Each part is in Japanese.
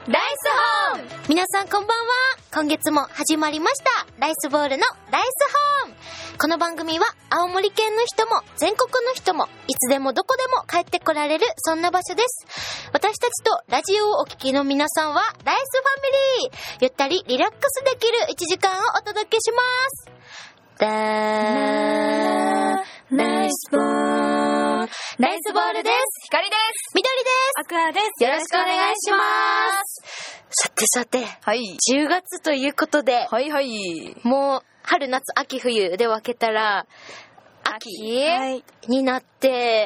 ライスホーム。皆さんこんばんは。今月も始まりましたライスボールのライスホーム。この番組は青森県の人も全国の人もいつでもどこでも帰ってこられるそんな場所です。私たちとラジオをお聞きの皆さんはライスファミリー。ゆったりリラックスできる1時間をお届けします。ライスボール。ライスボールです。 光です。 緑です。 アクアです。 よろしくお願いします。さて、 はい。 10月ということで、 はいはい。 もう春夏秋冬で分けたら秋になって、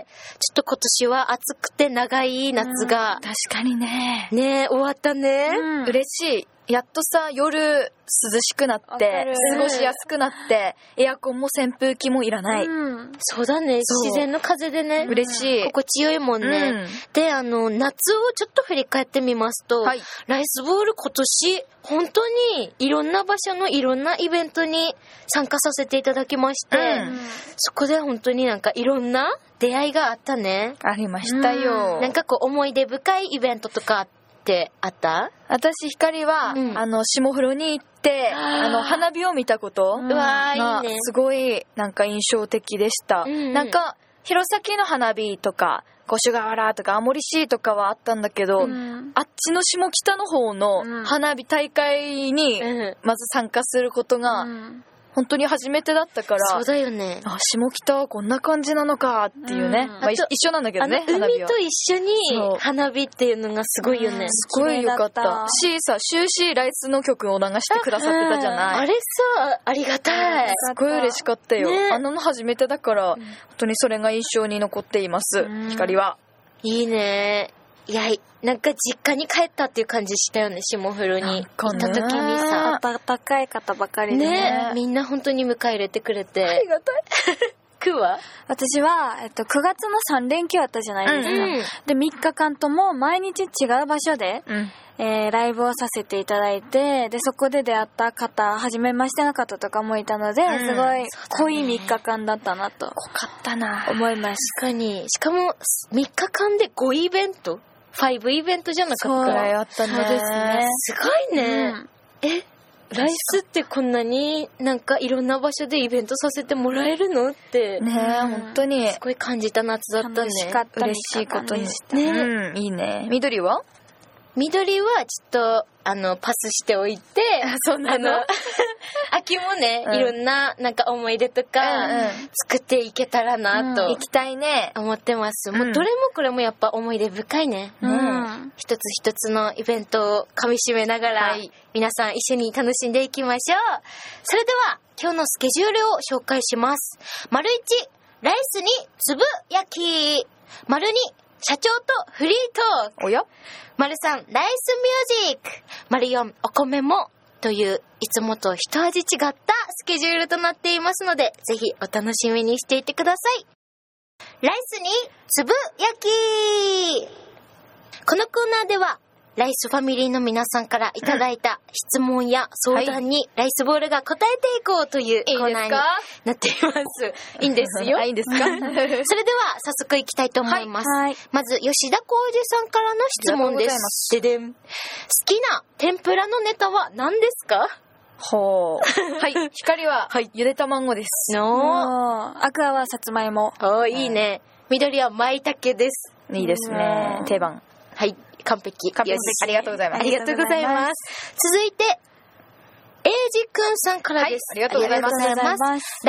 ちょっと今年は暑くて長い夏が、 確かにね終わったね、 嬉しい。やっとさ、夜涼しくなって過ごしやすくなってエアコンも扇風機もいらない、 そうだね。自然の風でね、 嬉しい。 心地よいもんね、で、夏をちょっと振り返ってみますと、ライスボール今年本当にいろんな場所のいろんなイベントに参加させていただきまして、そこで本当になんかいろんな出会いがあったね。 ありましたよ。 なんかこう思い出深いイベントとかってあった？ 私光は、下風呂に行って花火を見たことがすごいなんか印象的でした、なんか弘前の花火とか五所川原とか青森市とかはあったんだけど、あっちの下北の方の花火大会にまず参加することが本当に初めてだったから、 そうだよね。 あ、下北はこんな感じなのかっていうね、一緒なんだけどね、 花火は海と一緒に花火っていうのがすごいよね、 すごいよかったしさ、終始ライスの曲を流してくださってたじゃない、 あれさ、ありがたい、 すごい嬉しかったよ、の初めてだから、本当にそれが印象に残っています、光は。いいね。いや、なんか実家に帰ったっていう感じしたよね、下風呂に行った時にさ、 温かい方ばかりでね、 みんな本当に迎え入れてくれて、 ありがたい。 くは私は、9月の3連休あったじゃないですか、で3日間とも毎日違う場所で、ライブをさせていただいて、でそこで出会った方、初めましての方とかもいたので、すごい濃い3日間だったなと、 濃かったな思います。 確かに。しかも3日間で5イベント5イベントじゃなかった。 そうやったね。 そうですね。 すごいね。ライスってこんなになんかいろんな場所でイベントさせてもらえるのってね、本当にすごい感じた夏だったね。 楽しかった。 嬉しいことにしたね。 いいね。緑はちょっとパスしておいて、 そうなの。 秋もね、いろんななんか思い出とか作っていけたらなと、 行きたいね、 思ってます。もうどれもこれもやっぱ思い出深いね。一つ一つのイベントを噛み締めながら、皆さん一緒に楽しんでいきましょう。それでは今日のスケジュールを紹介します。①ライスにつぶ焼き。②社長とフリートーク。 おや ③ライスミュージック。�4お米もといういつもと一味違ったスケジュールとなっていますので、ぜひお楽しみにしていてください。ライスにつぶ焼き。このコーナーではライスファミリーの皆さんからいただいた質問や相談にライスボールが答えていこうというコーナーになっています。いいんですよ。 いいんですかそれでは早速いきたいと思います。まず吉田浩二さんからの質問です。ででん。好きな天ぷらのネタは何ですか？ ほう。はい。光は、ゆで卵です。 アクアはさつまいも。 いいね。緑は舞茸です。 いいですね。定番。 はい。完璧。 ありがとうございます。 ありがとうございます。続いて、エイジくんさんからです。 ありがとうございます。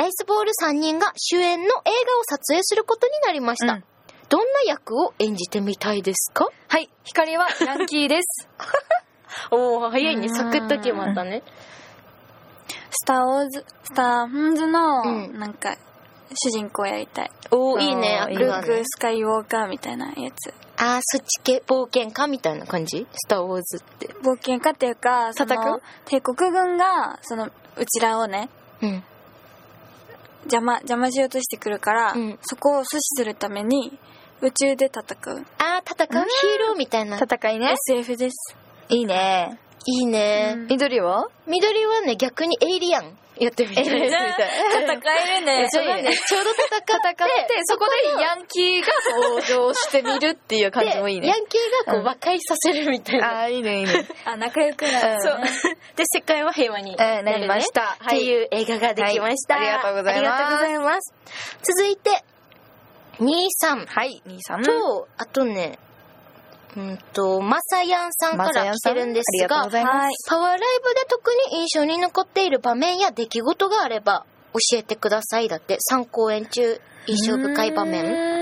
ライスボール3人が主演の映画を撮影することになりました。どんな役を演じてみたいですか？ はい。光はヤンキーです。 早いね。サクッと決まったね。 スター・ウォーズの、なんか、主人公やりたい。 いいね。 ルーク・スカイウォーカーみたいなやつ。 そっち系冒険家みたいな感じ？スター・ウォーズって。 冒険家っていうか、帝国軍が、うちらをね、邪魔しようとしてくるから、そこを阻止するために、宇宙で戦う。 戦うヒーローみたいな。 戦いね。 SF です。 いいね。 いいね。 緑はね、逆にエイリアンやってみたい。 戦えるね。 ちょうど戦って、 そこでヤンキーが登場してみるっていう感じもいいね。 ヤンキーがこう和解させるみたいな。 いいね。 仲良くなる。 そう。で、世界は平和になりました。 っていう映画ができました。 ありがとうございます。 ありがとうございます。続いて、兄さん。 はい、兄さん。 と、あとね、まさやんさんから来てるんですが、パワーライブで特に印象に残っている場面や出来事があれば教えてください。だって、3公演中印象深い場面。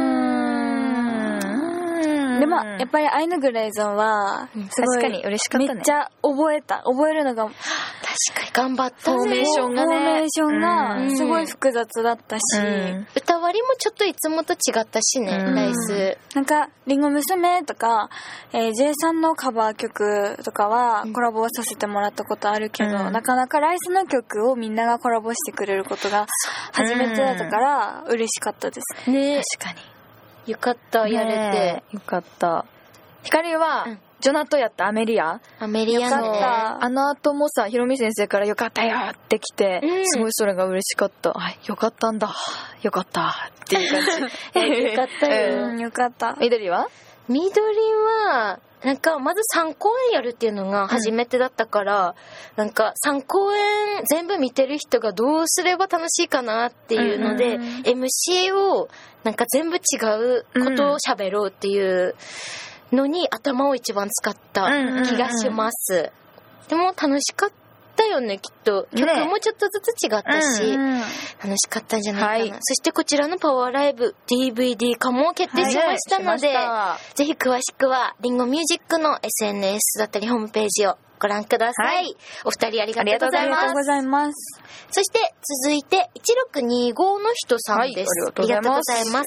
でもやっぱりアイヌグレイゾンはすごい、 確かに嬉しかったね。 めっちゃ覚えるのが確かに頑張ったね。 フォーメーションがすごい複雑だったし、 歌割りもちょっといつもと違ったしね、ライス。 なんかリンゴ娘とか、J さんのカバー曲とかはコラボさせてもらったことあるけど、なかなかライスの曲をみんながコラボしてくれることが初めてだったから嬉しかったですね。 確かによかった、やれて。 よかった。ひかりは、ジョナとやったアメリアのあの後もさ、ひろみ先生からよかったよって来て、すごいそれが嬉しかった。よかったんだ。よかったっていう感じ。 よかったよ。 よかった。 緑は、 なんかまず3公演やるっていうのが初めてだったから、なんか3公演全部見てる人がどうすれば楽しいかなっていうので、MC をなんか全部違うことを喋ろうっていうのに頭を一番使った気がします。でも楽しかったよね、きっと。曲もちょっとずつ違ったし、楽しかったんじゃないかな。そしてこちらのパワーライブ DVD 化も決定しましたので、ぜひ詳しくはリンゴミュージックの SNS だったりホームページをご覧ください。お二人ありがとうございます。 ありがとうございます。 そして続いて1625の人さんです。ありがとうございます。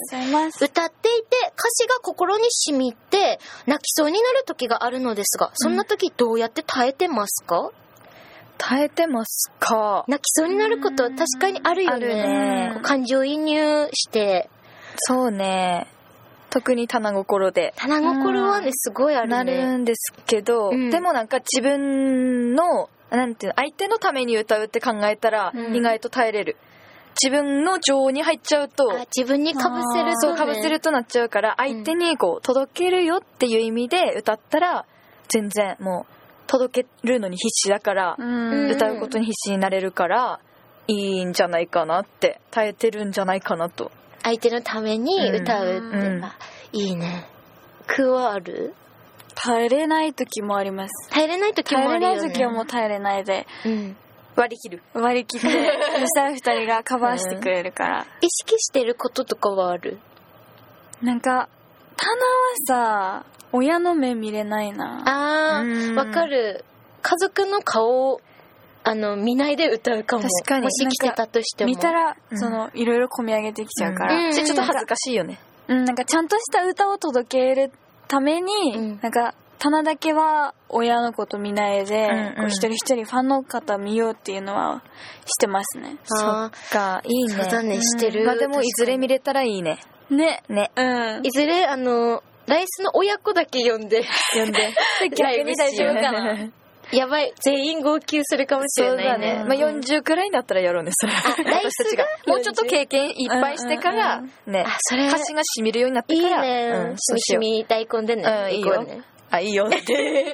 歌っていて歌詞が心に染みて泣きそうになる時があるのですが、そんな時どうやって耐えてますか？ 耐えてますか？ 泣きそうになることは確かにあるよね。感情移入して。 そうね。特に棚心で。 棚心はね、すごいあるね。 なるんですけど、でもなんか自分の、なんていうの、相手のために歌うって考えたら、意外と耐えれる。自分の情に入っちゃうと、 自分に被せると、 そう、被せるとなっちゃうから、相手にこう、届けるよっていう意味で歌ったら、全然もう、届けるのに必死だから、歌うことに必死になれるから、いいんじゃないかなって、耐えてるんじゃないかなと。 相手のために歌うって、いいね。句はある？ 耐えれない時もあります。 耐えれない時もあるよね。 耐えれない時はもう耐えれないで、 割り切る。 そしたら2人がカバーしてくれるから。 意識してることとかはある？ なんか棚はさ、親の目見れないな。 わかる。家族の顔を見ないで歌うかも。 確かに。 もし来てたとしても。 見たら、いろいろ込み上げてきちゃうから。 ちょっと恥ずかしいよね。 なんかちゃんとした歌を届けるために、なんか、棚だけは親のこと見ないで、一人一人ファンの方見ようっていうのはしてますね。 そっか、いいね。 そうだね、してる。 まあでもいずれ見れたらいいね。 ね。 いずれ、ライスの親子だけ呼んで。 逆に大丈夫かな。 やばい、全員号泣するかもしれないね。 まあ40くらいになったらやろうね、それ。私たちが。もうちょっと経験いっぱいしてから、ね、歌詞が染みるようになってから。 いいね。しみしみ大根でね。 いいよ。いいよって。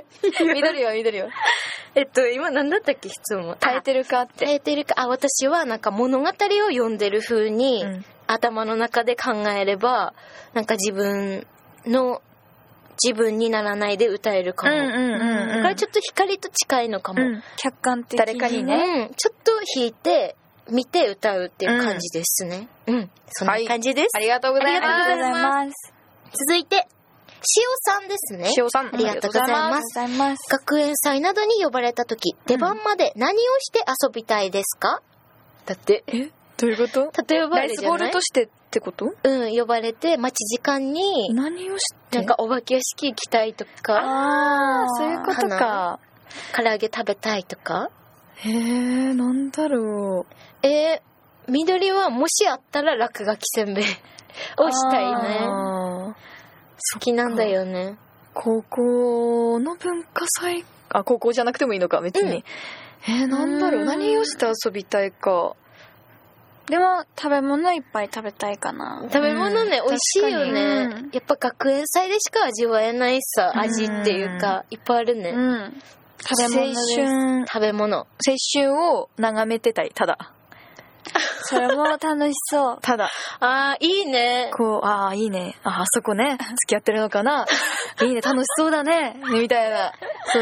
緑よ。 今何だったっけ、質問。 耐えてるかって。 耐えてるか。私はなんか物語を読んでる風に、頭の中で考えれば、なんか自分にならないで歌えるかも。これちょっと光と近いのかも。 客観的に。 誰かにね。 ちょっと弾いて、見て歌うっていう感じですね。そんな感じです。 ありがとうございます。 ありがとうございます。 続いて、しおさんですね。 しおさん。 ありがとうございます。学園祭などに呼ばれた時、出番まで何をして遊びたいですか？だって。 どういうこと？ 例えばライスボールとしてってこと？ 呼ばれて待ち時間に何をしてなんかお化け屋敷行きたいとか、 そういうことか。 唐揚げ食べたいとか。 なんだろう。 緑はもしあったら落書きせんべいをしたいね。好きなんだよね。 高校の文化祭、高校じゃなくてもいいのか別に。 なんだろう、何をして遊びたいか。 でも食べ物いっぱい食べたいかな。 食べ物ね、美味しいよね。やっぱ学園祭でしか味わえないさ、味っていうか、いっぱいあるね。 食べ物です。 食べ物。 青春を眺めてたい、ただ。 それも楽しそう。 ただ。 いいね。 いいね。あそこね、付き合ってるのかな。いいね、楽しそうだね。みたいな。そう。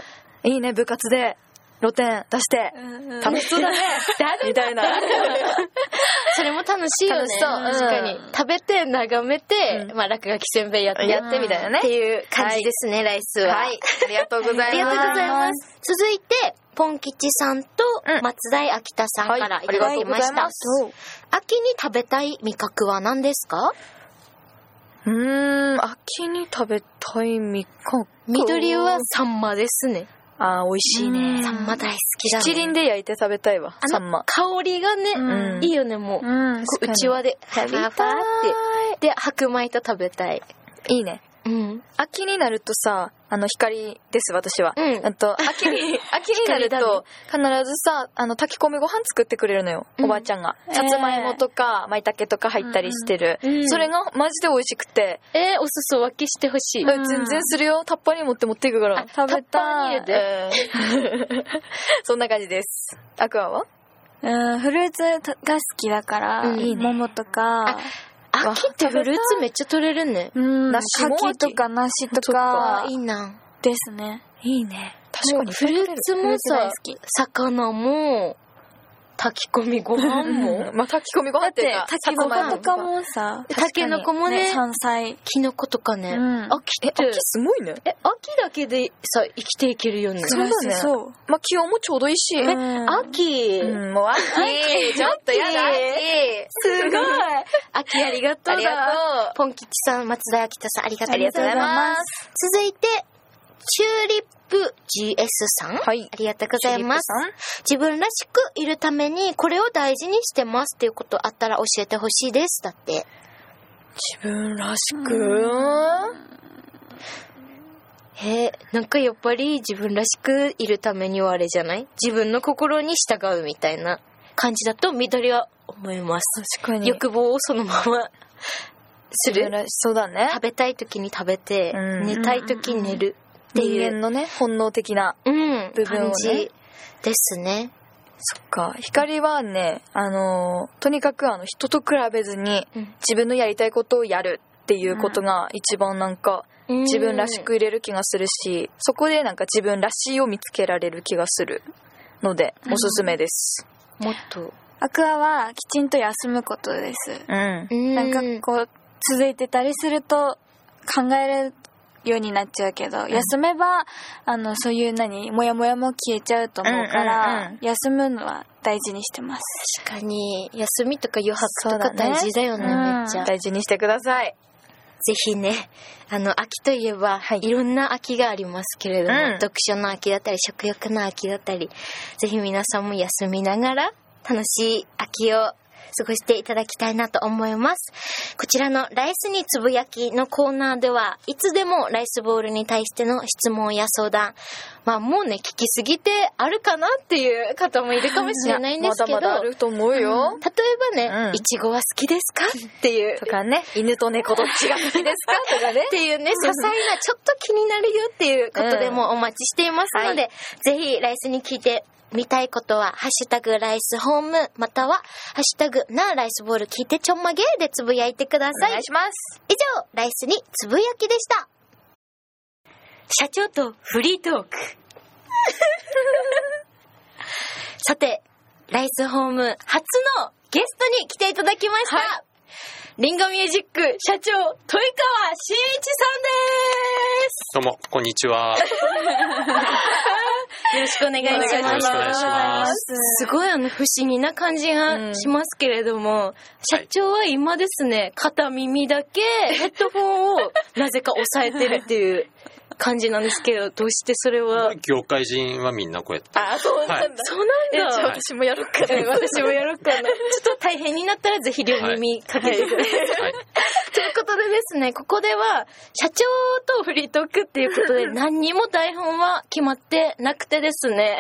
いいね、部活で露店出して、楽しそうだね。みたいな。 それも楽しいよね。確かに。食べて、眺めて、落書きせんべいやってみたいなね。 っていう感じですね、ライスは。 はい。ありがとうございます。 ありがとうございます。続いて、ポン吉さんと松台秋田さんからいただきました。秋に食べたい味覚は何ですか？ 秋に食べたい味覚。 緑はサンマですね。 美味しいね。 サンマ大好きだね。 七輪で焼いて食べたいわ、サンマ。 香りがね、いいよね、もう。うちわで、 食べたい。 で、白米と食べたい。 いいね。秋になるとさ、光です、私は。秋になると、必ずさ、炊き込みご飯作ってくれるのよ、おばあちゃんが。さつまいもとか、舞茸とか入ったりしてる。それがマジで美味しくて。 お裾分けしてほしい。 全然するよ。タッパーに持っていくから。 食べたい。 そんな感じです。アクアは？ フルーツが好きだから、桃とか。 秋ってフルーツめっちゃ取れるね。 柿とか梨とか。 いいな。 ですね。 いいね。確かにフルーツもさ、魚も、炊き込みご飯も。 炊き込みご飯って炊きご飯とかもさ、 たけのこもね、 山菜、 きのことかね。秋すごいね。 秋だけでさ、生きていけるよね。 そうだね。気温もちょうどいいし。 秋。 もう秋。ちょっとやだ、秋。 すごい。秋ありがとう。ありがとう。ポン吉さん、松田秋田さん、ありがとうございます。続いて、チューリップ GS さん、ありがとうございます。自分らしくいるためにこれを大事にしてますっていうことあったら教えてほしいです。だって。 自分らしく？ なんかやっぱり自分らしくいるためにはあれじゃない？自分の心に従うみたいな感じだと緑は思います。 確かに。 欲望をそのままする。 そうだね。 食べたい時に食べて、寝たい時に寝る。 人間のね、本能的な部分をね。 ですね。 そっか。光はね、とにかく人と比べずに自分のやりたいことをやるっていうことが一番なんか自分らしくいれる気がするし、そこでなんか自分らしいを見つけられる気がするので、おすすめです。 もっと。 アクアはきちんと休むことです。なんかこう、続いてたりすると考えるようになっちゃうけど、休めばそういうモヤモヤも消えちゃうと思うから、休むのは大事にしてます。 確かに休みとか余白とか大事だよね。めっちゃ大事にしてください。 ぜひね、秋といえば、いろんな秋がありますけれども、読書の秋だったり食欲の秋だったり、ぜひ皆さんも休みながら楽しい秋を過ごしていただきたいなと思います。こちらのライスにつぶやきのコーナーではいつでもライスボールに対しての質問や相談、もうね聞きすぎてあるかなっていう方もいるかもしれないんですけど、 まだまだあると思うよ。 例えばね、いちごは好きですかっていうとかね、犬と猫どっちが好きですかとかねっていうね、些細なちょっと気になるよっていうことでもお待ちしていますので、ぜひライスに聞いて見たいことはハッシュタグライスホームまたはハッシュタグなライスボール聞いてちょんまげでつぶやいてください。 お願いします。 以上ライスにつぶやきでした。社長とフリートークさてライスホーム初のゲストに来ていただきました、リンゴミュージック社長豊川慎一さんです。 どうもこんにちはよろしくお願いします。 よろしくお願いします。 すごい不思議な感じがしますけれども、社長は今ですね、片耳だけヘッドフォンをなぜか押さえてるっていう感じなんですけど、どうしてそれは？ 業界人はみんなこうやって。 そうなんだ。そうなんだ。 私もやろうかな。 私もやろうかな。ちょっと大変になったらぜひ両耳かけてください。ということでですね、ここでは社長とフリートークっていうことで何にも台本は決まってなくてですね、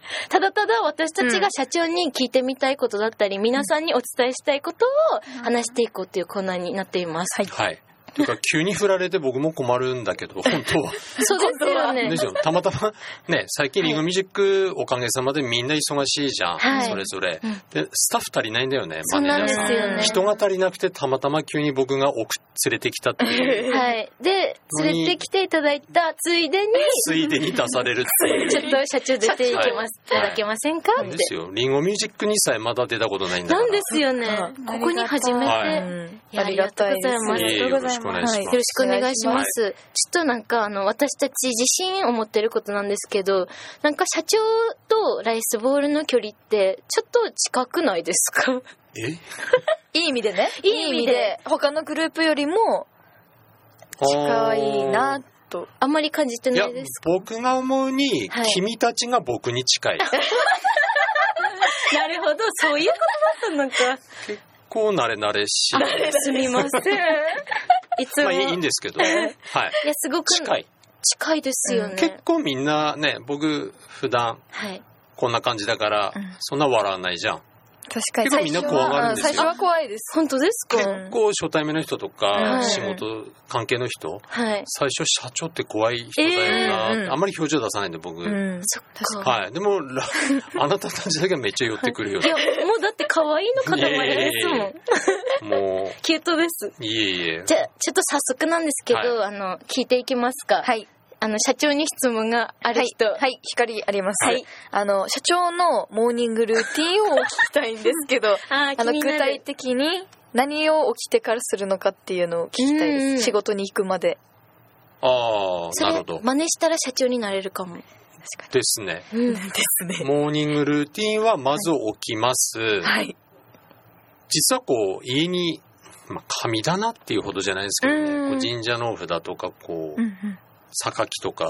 ただただ私たちが社長に聞いてみたいことだったり、皆さんにお伝えしたいことを話していこうというコーナーになっています。 はい。というか急に振られて僕も困るんだけど、本当は。 そうですよね。 ですよ。たまたまね、最近リンゴミュージックおかげさまでみんな忙しいじゃん。はい、それぞれ。で、スタッフ足りないんだよね。 そうなんですよね。 人が足りなくてたまたま急に僕が連れてきたっていう。 はい。で、連れてきていただいたついでに出されるっていう。 ちょっと社長出ていただけませんかって。 ですよ。リンゴミュージックにさえまだ出たことないんだから。 なんですよね。ここに初めて。 ありがたいです。 ありがとうございます。よろしくお願いします。ちょっとなんか私たち自身思ってることなんですけど、なんか社長とライスボールの距離ってちょっと近くないですか？ いい意味でね。いい意味で他のグループよりも近いなと。 あんまり感じてないですか？ いや、僕が思うに、君たちが僕に近い。 なるほど、そういうことだったのか。 結構慣れしい。 すみません。いつも。 まあいいんですけど。はい。いや、 すごく近いですよね。 結構みんなね、僕普段こんな感じだから、そんな笑わないじゃん。 確かに。 結構みんな怖がるんですよ。 最初は怖いです。 本当ですか？ 結構初対面の人とか、仕事関係の人、最初社長って怖い人だよな。あんまり表情出さないんで僕。 そっか。 はい。でもあなたたちだけめっちゃ寄ってくるよ。 いや、もうだって可愛いの塊ですもん。 もうキュートです。 いえ。 じゃあちょっと早速なんですけど、聞いていきますか。 はい。 社長に質問がある人。 はい、光あります。はい。社長のモーニングルーティンを聞きたいんですけど、具体的に何を起きてからするのかっていうのを聞きたいです。仕事に行くまで。 なるほど。 真似したら社長になれるかも。 確かに。 ですね。 ですね。 モーニングルーティンはまず起きます。 はい。 実は家に、神棚っていうほどじゃないですけどね、神社の札とか榊とかって、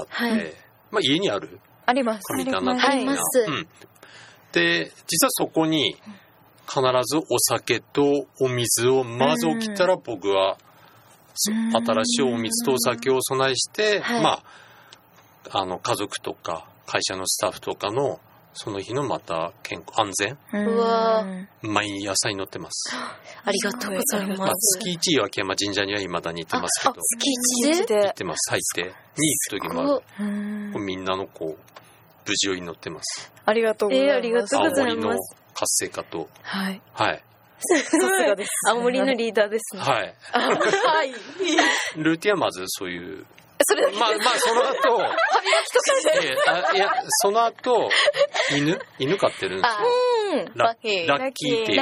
家にある？ あります。 神棚あります。 で、実はそこに必ずお酒とお水をまず起きたら僕は新しいお水とお酒を備えして、家族とか会社のスタッフとかのその日のまた安全、毎朝祈ってます。 ありがとうございます。 月一岩木山神社には未だに行ってますけど。 月一で行ってます。最低に行く時もある。みんなの無事を祈ってます。 ありがとうございます。 ありがとうございます。 青森の活性化と。 はい。 はい。 さすがです。 青森のリーダーですね。 はい。 はい。 ルーティンはまずそういう。 それだけその後、 歯磨きとかいや、その後、犬飼ってるんですよ。ラッキーっていう。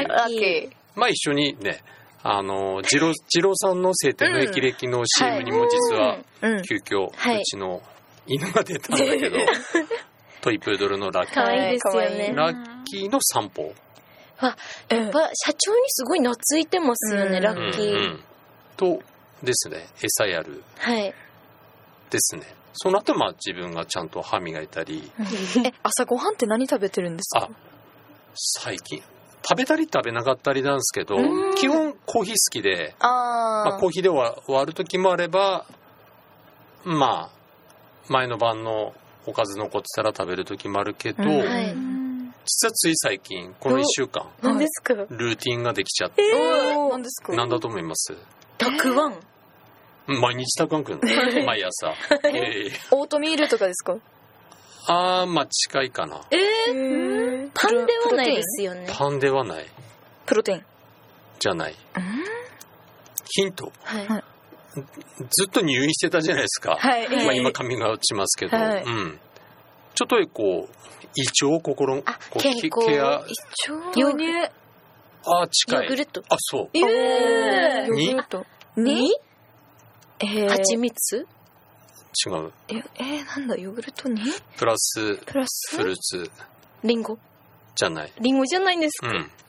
一緒にね、二郎さんの晴天の霹靂の CM にも実は、急遽、うちの犬が出たんだけど、トイプードルのラッキー。 可愛いですよね。 ラッキーの散歩。 やっぱ社長にすごい懐いてますよね、ラッキー。 とですね、餌やる。 はい。 ですね。その後自分がちゃんと歯磨いたり。 朝ごはんって何食べてるんですか？ 最近食べたり食べなかったりなんですけど、基本コーヒー好きで、コーヒーで終わる時もあれば、前の晩のおかず残ってたら食べる時もあるけど、実はつい最近この1週間何ですか？ ルーティンができちゃって、 何ですか？ 何だと思います？ たくあん。 毎日たくあん食うの。毎朝。 オートミールとかですか？ 近いかな。 パンではないですよね。 パンではない。 プロテインじゃない。ヒント。ずっと入院してたじゃないですか。今カミングアウトしますけど、ちょっと胃腸を健康ケア。 牛乳。 近い。 ヨーグルト。 そう。 ヨーグルト。 に？蜂蜜？ 違う。 なんだ、ヨーグルトに？ プラスフルーツ。 リンゴ？ じゃない。 リンゴじゃないんですか？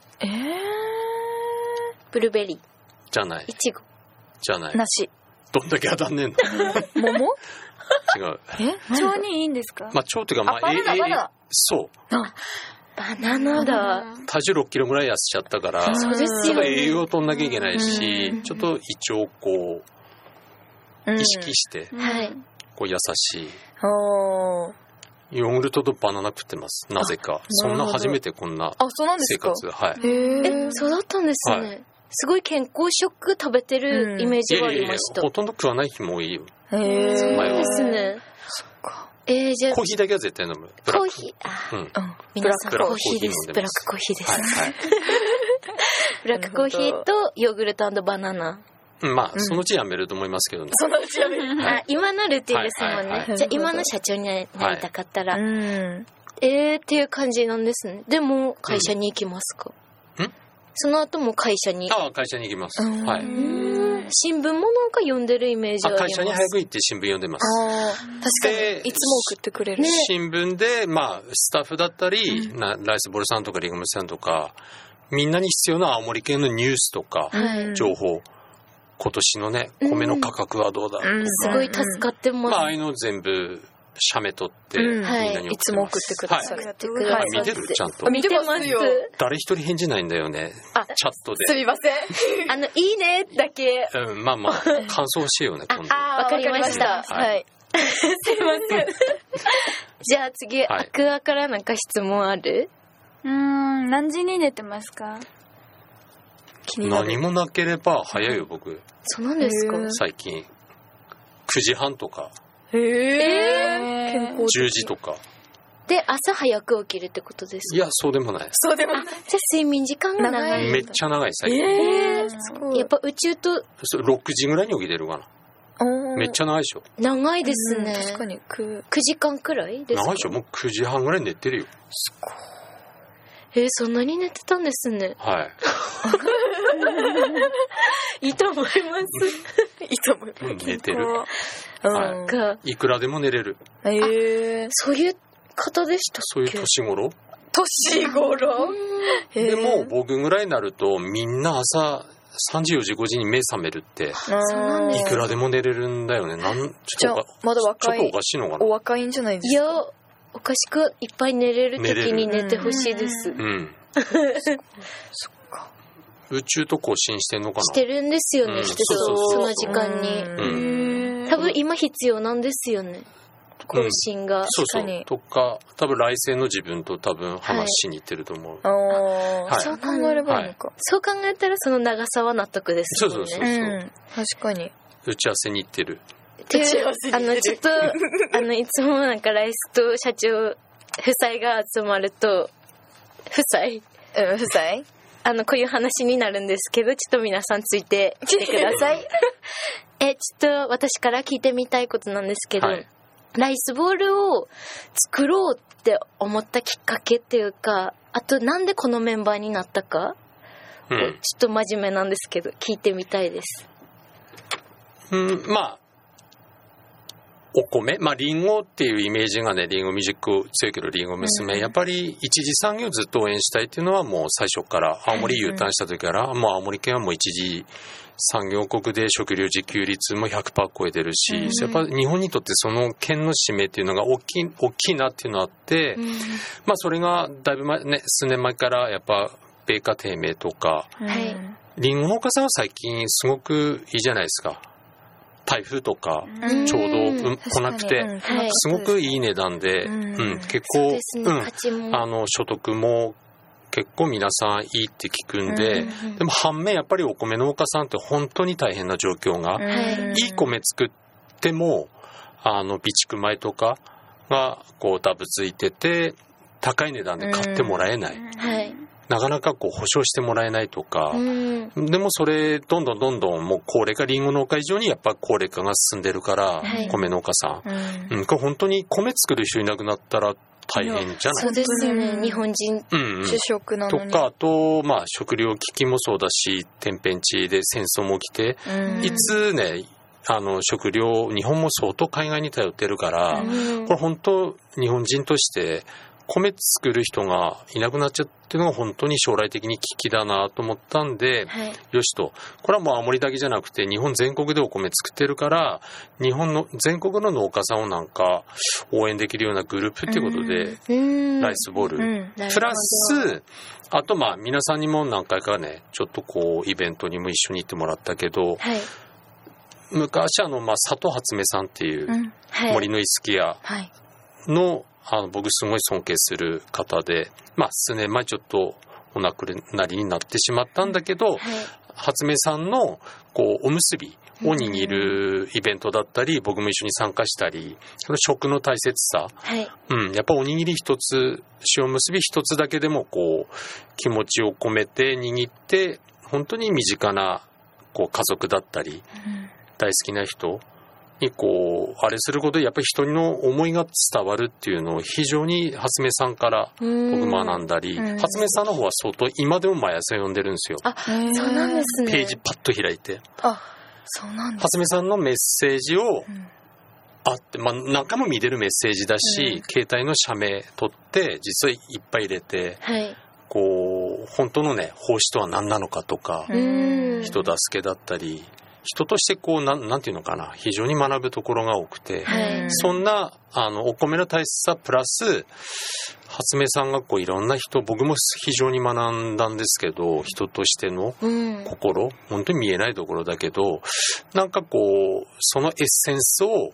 ブルーベリー？ じゃない。 イチゴ？ じゃない。 梨。 どんだけ当たんねえの？ 桃？ 違う。 腸にいいんですか？ 腸っていうか、 バナナ。 そう。 バナナだ。 体重6キロぐらい痩せちゃったから、 そうですよね。 栄養取んなきゃいけないし、ちょっと胃腸を意識して、優しい。 ヨーグルトとバナナ食ってます。なぜか。そんな初めてこんな生活。はい。 そうだったんですね。はい、すごい健康食食べてるイメージがありました。 ほとんど食わない日もいいよ。 そうですね。 そっか。 じゃあコーヒーだけは絶対飲む。 コーヒー。皆さんコーヒーです。ブラックコーヒーです。はい。ブラックコーヒーとヨーグルト&バナナ。 まあ、そのうちやめると思いますけどね。 そのうちやめる。今のルーティンですもんね。じゃあ今の社長になりたかったら。っていう感じなんですね。でも、会社に行きますか？その後も会社に。 会社に行きます。はい。 新聞もなんか読んでるイメージがあります。 会社に早く行って新聞読んでます。 確かに。いつも送ってくれる。 新聞で、まあ、スタッフだったり、ライスボールさんとかリンゴムさんとか、みんなに必要な青森県のニュースとか、情報。今年のね、米の価格はどうだとか、 すごい助かってます。 まあ、ああいうの全部、写メ撮って、みんなに送ってます。 いつも送ってください。見てるちゃんと。 見てますよ。 誰一人返事ないんだよね、チャットで。 すみません。 いいねだけ。 まあまあ、感想欲しいよね、今度。 わかりました。はい。すいません。じゃあ次、アクアからなんか質問ある？ 何時に寝てますか？ 何もなければ早いよ、僕。 そうなんですか？ 最近。9時半とか。 健康 10時とか。 で、朝早く起きるってことですか？ いや、そうでもない。 そうでもない。 じゃあ睡眠時間が長い。 めっちゃ長い、最近。 やっぱ宇宙と。 6時ぐらいに起きてるかな。めっちゃ長いでしょ。 長いですね。 確かに。9 時間くらいですか？ 長いでしょ。もう9時半ぐらい寝てるよ。 すごい。 そんなに寝てたんですね。 はい。 いいと思います。 いいと思います。 寝てる。いくらでも寝れる。 そういう方でしたっけ？ そういう年頃？ 年頃？ でも僕ぐらいになるとみんな朝3時4時5時に目覚めるって、いくらでも寝れるんだよね。 ちょっとまだ若い。 ちょっとおかしいのかな。 お若いんじゃないですか？ いや、おかしくいっぱい寝れる時に寝てほしいです。 そっか。 宇宙と交信してんのかな？ してるんですよね、その時間に。多分今必要なんですよね。更新が。 そうとか、多分来世の自分と多分話しに行ってると思う。 そう考えればいいのか。 そう考えたらその長さは納得ですもんね。 確かに。 打ち合わせに行ってる。 ちょっと、いつもなんかライスと社長夫妻が集まると、夫妻こういう話になるんですけど、ちょっと皆さんついてきてください。ちょっと私から聞いてみたいことなんですけど、ライスボールを作ろうって思ったきっかけっていうか、あとなんでこのメンバーになったか、ちょっと真面目なんですけど聞いてみたいです。 まあお米、まあリンゴっていうイメージがね、リンゴミュージック強いけどリンゴ娘、やっぱり一次産業をずっと応援したいっていうのはもう最初から青森 U ターンした時から、もう青森県はもう一次産業国で食料自給率も 100% 超えてるし、やっぱ日本にとってその県の使命っていうのが大きいなっていうのがあって、まあそれがだいぶ前ね、数年前からやっぱ米価低迷とか、リンゴ農家さんは最近すごくいいじゃないですか。台風とかちょうど来なくて、すごくいい値段で、結構、所得も結構皆さんいいって聞くんで、でも反面やっぱりお米農家さんって本当に大変な状況が、いい米作っても備蓄米とかがこうダブついてて高い値段で買ってもらえない。なかなかこう保証してもらえないとか、でもそれどんどんもう高齢化、リンゴ農家以上にやっぱ高齢化が進んでるから、米農家さん、これ本当に米作る人いなくなったら大変じゃない？ そうですね、日本人主食なのにとか、あとまあ食料危機もそうだし、天変地異で戦争も起きて、いつね食料、日本も相当海外に頼ってるから、これ本当日本人として米作る人がいなくなっちゃうっていうのが本当に将来的に危機だなと思ったんで、よしと。これはもう青森だけじゃなくて日本全国でお米作ってるから、日本の全国の農家さんをなんか応援できるようなグループっていうことで、ライスボール。プラス、あとまあ皆さんにも何回かね、ちょっとこうイベントにも一緒に行ってもらったけど、昔まあ佐藤初芽さんっていう森のイスキ屋の僕すごい尊敬する方で、数年前ちょっとお亡くなりになってしまったんだけど、初音さんのおむすびを握るイベントだったり、僕も一緒に参加したり、その食の大切さ、やっぱおにぎり一つ、塩むすび一つだけでも気持ちを込めて握って、本当に身近な家族だったり、大好きな人にあれすることでやっぱり人の思いが伝わるっていうのを非常に初音さんから僕学んだり、初音さんの方は相当今でも毎朝読んでるんですよ。 そうなんですね。 ページパッと開いて。 そうなんです。 初音さんのメッセージを何回も見れるメッセージだし、携帯の写メ撮って実際いっぱい入れて、本当のね奉仕とは何なのかとか、人助けだったり。人としてなんていうのかな、非常に学ぶところが多くて、そんなお米の大切さプラス初音さんがいろんな人、僕も非常に学んだんですけど、人としての心、本当に見えないところだけど、なんかそのエッセンスを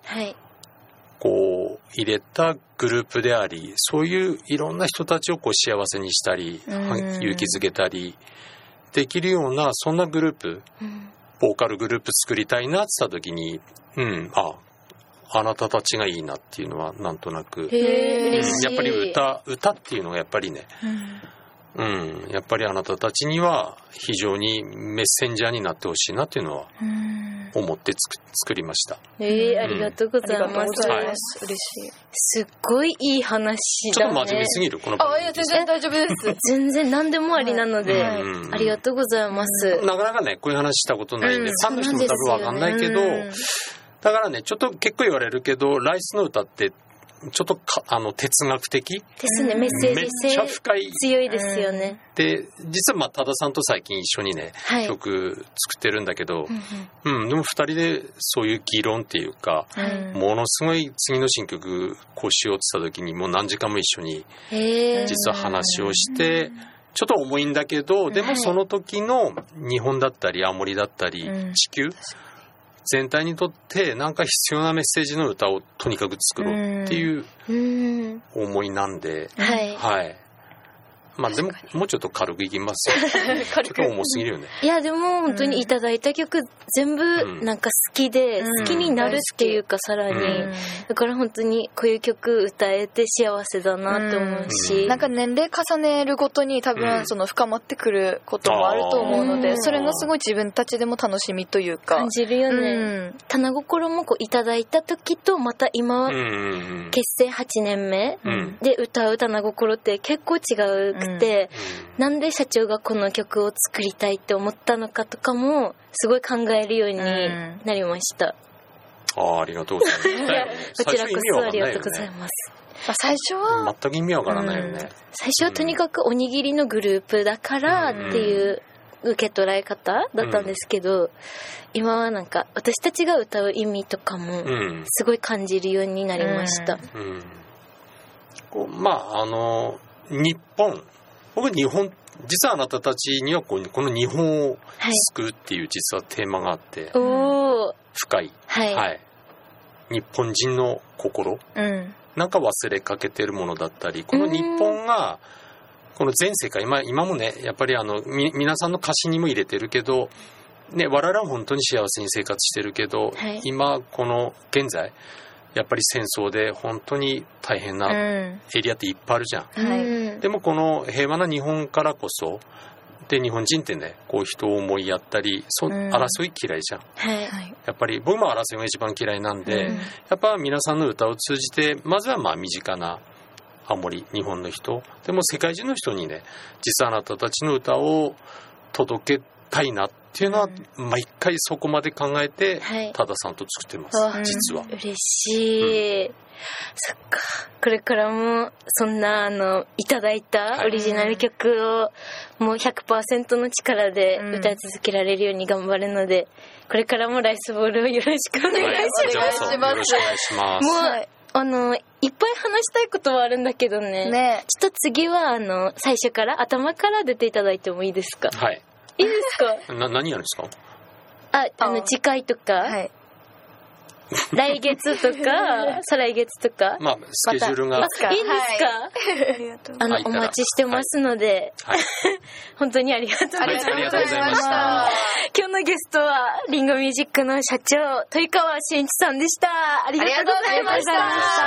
入れたグループであり、そういういろんな人たちを幸せにしたり、勇気づけたりできるような、そんなグループ、ボーカルグループ作りたいなって言った時に、あなたたちがいいなっていうのはなんとなく、やっぱり歌っていうのがやっぱりね、やっぱりあなたたちには非常にメッセンジャーになってほしいなっていうのは思って作りました。 ありがとうございます。 嬉しい。 すっごいいい話だね。 ちょっと真面目すぎるこの番組。 いや全然大丈夫です。 全然何でもありなので、ありがとうございます。 なかなかねこういう話したことないんで、ファンの人も多分わかんないけど、だからねちょっと結構言われるけど、ライスの歌ってちょっと哲学的ですね。メッセージ性めっちゃ深い強いですよね。 で実は多田さんと最近一緒にね、曲作ってるんだけど、でも2人でそういう議論っていうか、ものすごい次の新曲こうしようって言った時にもう何時間も一緒に実は話をして、ちょっと重いんだけど、でもその時の日本だったり青森だったり地球全体にとってなんか必要なメッセージの歌をとにかく作ろうっていう思いなんで、でももうちょっと軽くいきますよ。ちょっと重すぎるよね。 いやでも本当にいただいた曲全部なんか好きで、好きになるっていうかさらに、だから本当にこういう曲歌えて幸せだなと思うし、 なんか年齢重ねるごとに多分その深まってくることもあると思うので、それがすごい自分たちでも楽しみというか感じるよね。棚心もいただいた時とまた今結成8年目で歌う棚心って結構違うなんで社長がこの曲を作りたいって思ったのかとかもすごい考えるようになりました。 ありがとうございます。 こちらこそありがとうございます。 最初は全く意味わからないよね。 最初はとにかくおにぎりのグループだからっていう受け捉え方だったんですけど、今はなんか私たちが歌う意味とかもすごい感じるようになりました。 日本、僕日本、実はあなたたちにはこの日本を救うっていう実はテーマがあって、深い、日本人の心、なんか忘れかけてるものだったり、この日本がこの全世界、今もねやっぱり皆さんの歌詞にも入れてるけど、ね、我々は本当に幸せに生活してるけど、今この現在やっぱり戦争で本当に大変なエリアっていっぱいあるじゃん、でもこの平和な日本からこそで、日本人ってね人を思いやったり争い嫌いじゃん、やっぱり僕も争いが一番嫌いなんで、やっぱ皆さんの歌を通じてまずは身近な青森日本の人でも世界中の人にね、実はあなたたちの歌を届けたいなっていうのは毎回そこまで考えて多田さんと作ってます、実は。 嬉しい、そっか。これからもそんないただいたオリジナル曲をもう 100% の力で歌い続けられるように頑張るので、これからもライスボールをよろしくお願いします。 よろしくお願いします。 もういっぱい話したいことはあるんだけどね、ちょっと次は最初から頭から出ていただいてもいいですか？いいですか？ 何やるんですか？ 次回とか、 来月とか再来月とかまあスケジュールが、 いいんですか、はい、お待ちしてますので、はい、本当にありがとうございました、 ありがとうございました。 今日のゲストはリンゴミュージックの社長豊川俊一さんでした。ありがとうございました。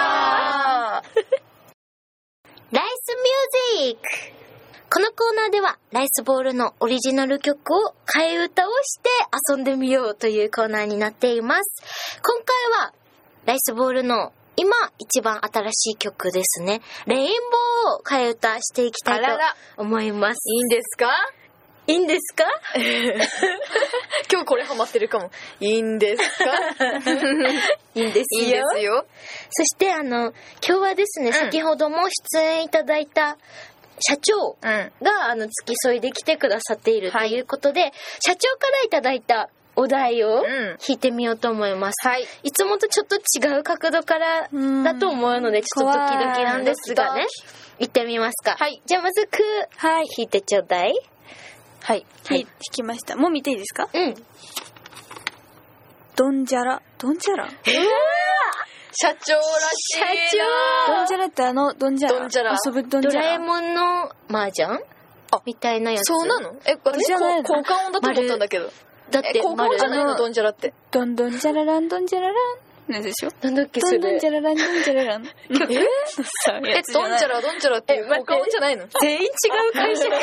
ライスミュージック、このコーナーではライスボールのオリジナル曲を替え歌をして遊んでみようというコーナーになっています。今回はライスボールの今一番新しい曲ですね、レインボーを替え歌していきたいと思います。 いいんですか？ いいんですか？ 今日これハマってるかも。いいんですか？ いいんですよ。 いいですよ。 そして今日はですね、先ほども出演いただいた社長が、付き添いで来てくださっているということで、社長からいただいたお題を弾いてみようと思います。いつもとちょっと違う角度からだと思うので、ちょっとドキドキなんですがね、行ってみますか。じゃあまず弾いてちょうだい。 弾きました。もう見ていいですか？ドンジャラ。 社長らしいな。 ドンジャラってドンジャラ遊ぶドンジャラ。 ドラえもんの麻雀みたいなやつ。 そうなの？私交換音だと思ったんだけど。 だって交換音じゃないのドンジャラって。 ドンドンジャラランドンジャラランなんでしょ？ なんだっけそれ。 ドンドンジャラランドンジャララン。 ドンジャラっていう交換音じゃないの？ 全員違う会社。 ド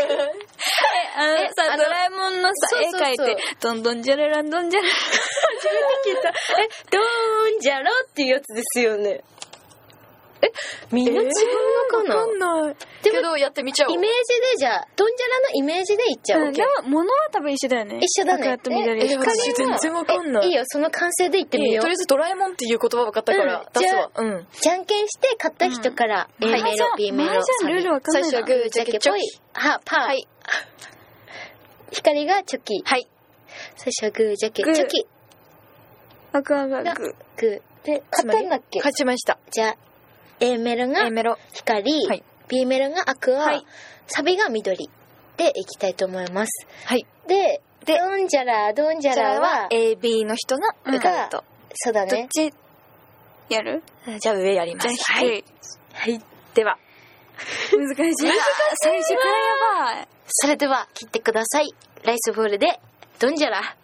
ラえもんの絵描いてドンドンジャラランドンジャララン。 初めて聞いた。ドンジャラっていうやつですよね。みんな違うのかな？ わかんない。 けどやってみちゃおう。 イメージでじゃあドンジャラのイメージでいっちゃおう。 でも物は多分一緒だよね。 一緒だね。 赤と緑。 私全然わかんない。 いいよ、その完成でいってみよう。 とりあえずドラえもんっていう言葉分かったから出すわ。 じゃんけんして勝った人から A メロ B メロ。 ルールわかんない。 最初はグージャケチョキ。 パー。光がチョキ。最初はグージャケチョキ。 アクアがグー。で勝ったんだっけ？ 勝ちました。 じゃあA メロが光、B メロがアクア、サビが緑でいきたいと思います。でドンジャラは AB の人が歌うと。 そうだね。 どっちやる？ じゃあ上やります。では難しい。最初からやばい。 それでは切ってください。ライスボールでドンジャラ。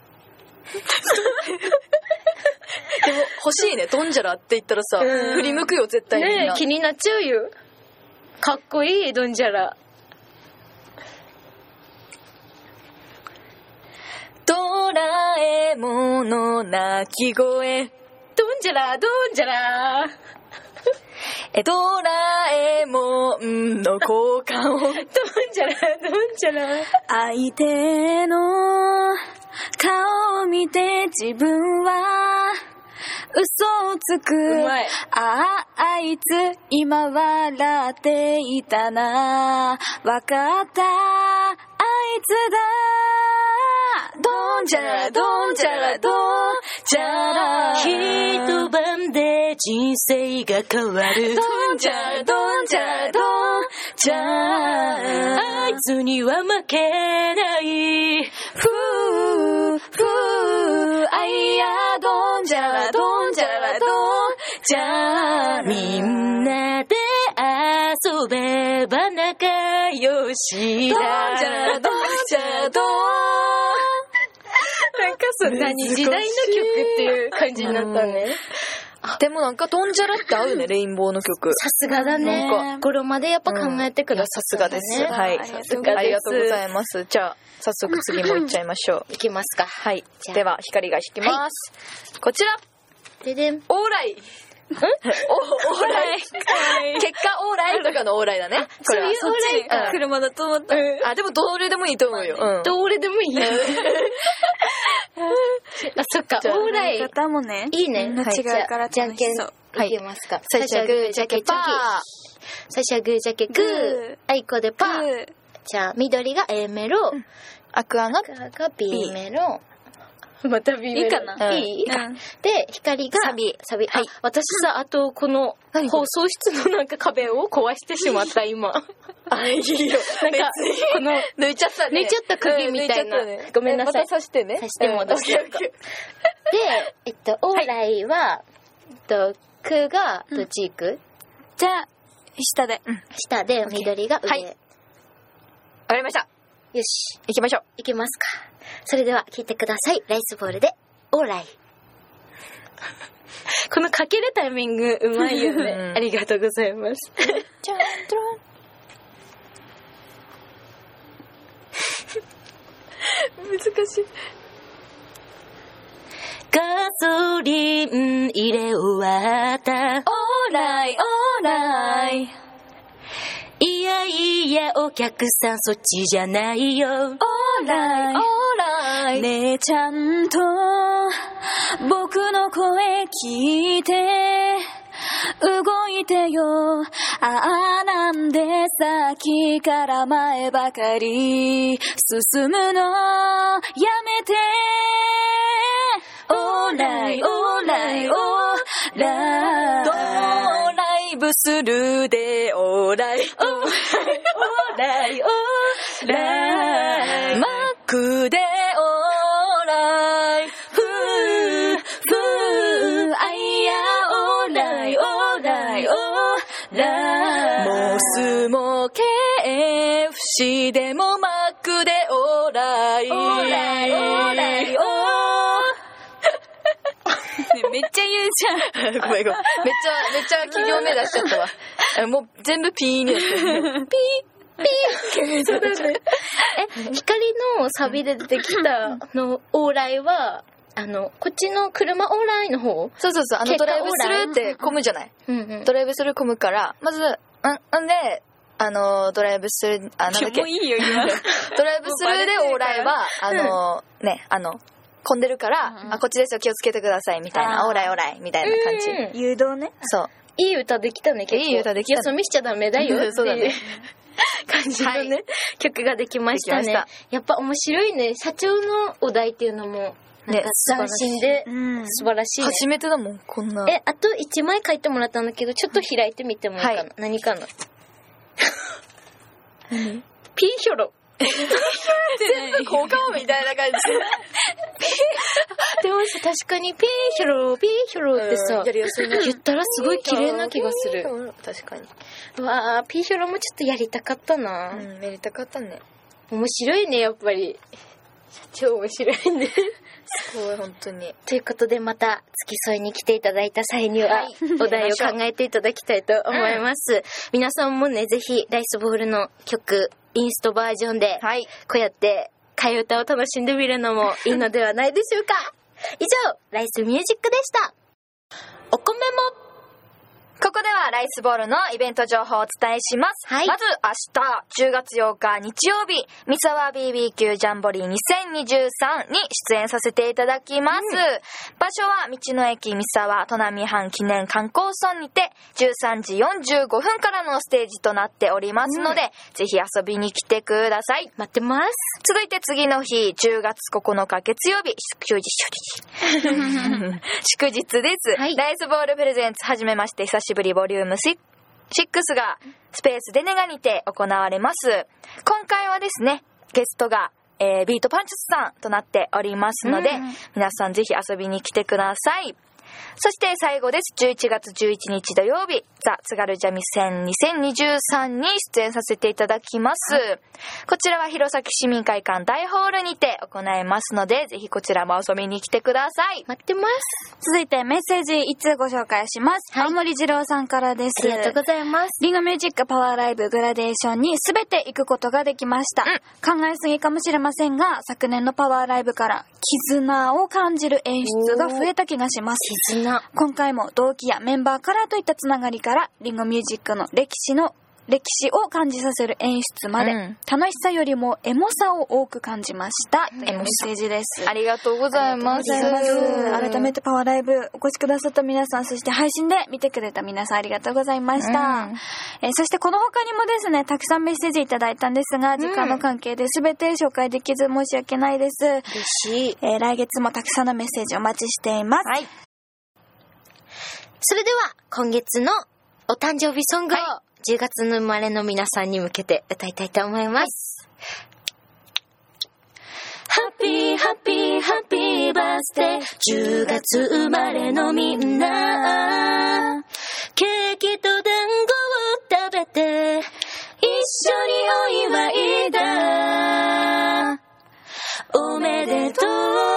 でも欲しいね、ドンジャラって言ったらさ、振り向くよ絶対みんな。 気になっちゃうよ。かっこいいドンジャラ。 ドラえもんの鳴き声。 ドンジャラ。 ドラえもんの効果音。 ドンジャラ。 相手の顔を見て自分は嘘をつく。あいつ今笑っていたな。わかった、あいつだ。ドンジャラ。 一晩で人生が変わる。 ドンジャラ。 あいつには負けない。 あいやドンジャラ。 みんなで遊べば仲良しだ。 ドンジャラ。 なんか何時代の曲っていう感じになったね。 でもなんかドンジャラって合うね、レインボーの曲。 さすがだね。語呂までやっぱ考えてくださったね。 さすがです。ありがとうございます。じゃあ早速次もいっちゃいましょう。 いきますか。 では光が弾きます。こちら。 ででん。 オーライ。オーライ。結果オーライとかのオーライだね。 そういうオーライか。 車だと思った。 でもどれでもいいと思うよ。 どれでもいいよ。そっか、オーライ。 方もね。 いいね。 違うからじゃんけんいきますか。 最初はグージャケパー。 最初はグージャケグー。あいこでパー。じゃあ緑が A メロ。 アクアが B メロ。 また微妙。 いいかな。 いい、で、光が、 サビ。 はい。私さ、あと、この、放送室のなんか壁を壊してしまった、今。 いいよ。 なんか、この、 抜いちゃったね。 抜いちゃった釘みたいな。ごめんなさい。 また刺してね。 刺して戻して。で、オーライは、くが、どっち行く？ じゃあ、下で。 下で、緑が上。はい。わかりました。 よし。 行きましょう。 行きますか。それでは、聞いてください。ライスボールで、オーライ。このかけるタイミング、うまいよね。ありがとうございます。 じゃん、ドロン。 難しい。 ガソリン入れ終わった。 オーライ、オーライ。 いやいや、お客さんそっちじゃないよ。オーライ、オーライ。ねえちゃんと僕の声聞いて動いてよ。なんでさっきから前ばかり進むのやめて。オーライ、オーライ、オーライ。ドライブスルーでオーライ、オーライ、オーライ。マックでオーライ。あいやオーライ、オーライ、オーライ。モスも KFC でもマックでオーライ。オーライ、オーライ、オーライ。めっちゃ言うじゃん。 ごめん。めっちゃ企業名出しちゃったわ。もう全部ピーになってる。ピー。 そうだね。光のサビで出てきたのオーライは、こっちの車オーライの方？ そう。ドライブスルーって混むじゃない？ドライブスルー混むから、まず、んで、ドライブスルー、なんだっけ？ もういいよ、今。 ドライブスルーでオーライは、混んでるから、こっちですよ、気をつけてください、みたいな、オーライ、みたいな感じ。 誘導ね。 そう。 いい歌できたね、結構。 いい歌できた。 よそ見しちゃダメだよっていうそうだね。 感じのね、曲ができましたね。やっぱ面白いね。社長のお題っていうのも、なんか斬新で素晴らしいね。 初めてだもん、こんな。 あと1枚書いてもらったんだけど、ちょっと開いてみてもいいかな。何かな。ピーヒョロ。 全部効果音みたいな感じ。 でもさ、確かにピーヒョロってさ、言ったらすごい綺麗な気がする。 確かに。 うわー、ピーヒョロもちょっとやりたかったな。 やりたかったね。 面白いね、やっぱり。社長面白いね。 すごい、本当に。 ということで、また付き添いに来ていただいた際には、お題を考えていただきたいと思います。皆さんもね、ぜひライスボールの曲、インストバージョンで、こうやって替え歌を楽しんでみるのもいいのではないでしょうか。以上、ライスミュージックでした。お米もここではライスボールのイベント情報をお伝えします。まず明日10月8日日曜日、三沢 BBQ ジャンボリー2023に出演させていただきます。場所は道の駅三沢砺波藩記念観光村にて13時45分からのステージとなっておりますので、ぜひ遊びに来てください。 待ってます。 続いて次の日10月9日月曜日、祝日です。ライスボールプレゼンツはじめまして久しぶりボリューム6がスペースでネガにて行われます。今回はですね、ゲストが、ビートパンチスさんとなっておりますので、皆さんぜひ遊びに来てください。そして最後です。11月11日土曜日、ザ・津軽三味線2023に出演させていただきます。こちらは弘前市民会館大ホールにて行いますので、ぜひこちらも遊びに来てください。 待ってます。 続いてメッセージ1通ご紹介します。青森二郎さんからです。 ありがとうございます。 リンゴミュージックパワーライブグラデーションに全て行くことができました。考えすぎかもしれませんが、昨年のパワーライブから絆を感じる演出が増えた気がします。 絆。 今回も同期やメンバーからといったつながりからリンゴミュージックの歴史の歴史を感じさせる演出まで、楽しさよりもエモさを多く感じましたというメッセージです。 ありがとうございます。 改めてパワーライブお越しくださった皆さん、そして配信で見てくれた皆さん、ありがとうございました。そしてこの他にもですね、たくさんメッセージいただいたんですが、時間の関係で全て紹介できず申し訳ないです。 嬉しい。 来月もたくさんのメッセージお待ちしています。はい。 それでは今月のお誕生日ソングを10月の生まれの皆さんに向けて歌いたいと思います。ハッピーハッピーハッピーバースデー、10月生まれのみんな、ケーキと団子を食べて一緒にお祝いだ、おめでとう、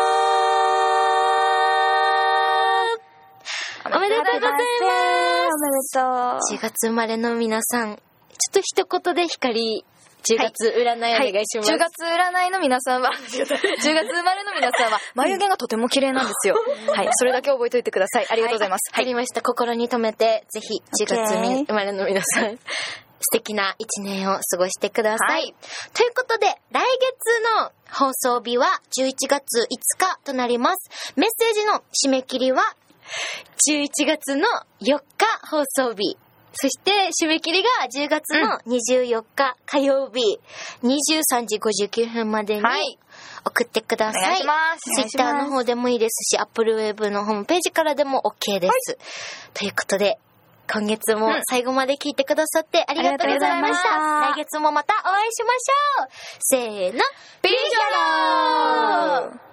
おめでとうございます。おめでとう。10月生まれの皆さん、ちょっと一言で光10月占いお願いします。 10月占いの皆さんは10月生まれの皆さんは眉毛がとても綺麗なんですよ。はい、それだけ覚えておいてください。ありがとうございます。 わかりました。心に留めて、ぜひ10月生まれの皆さん、素敵な一年を過ごしてください。ということで、来月の放送日は11月5日となります。メッセージの締め切りは11月の4日放送日。そして締め切りが10月の24日火曜日、23時59分までに送ってください。 お願いします。 ツイッターの方でもいいですし、Apple Web のホームページからでも OK です。ということで、今月も最後まで聞いてくださってありがとうございました。来月もまたお会いしましょう。せーの、ビリジョロー。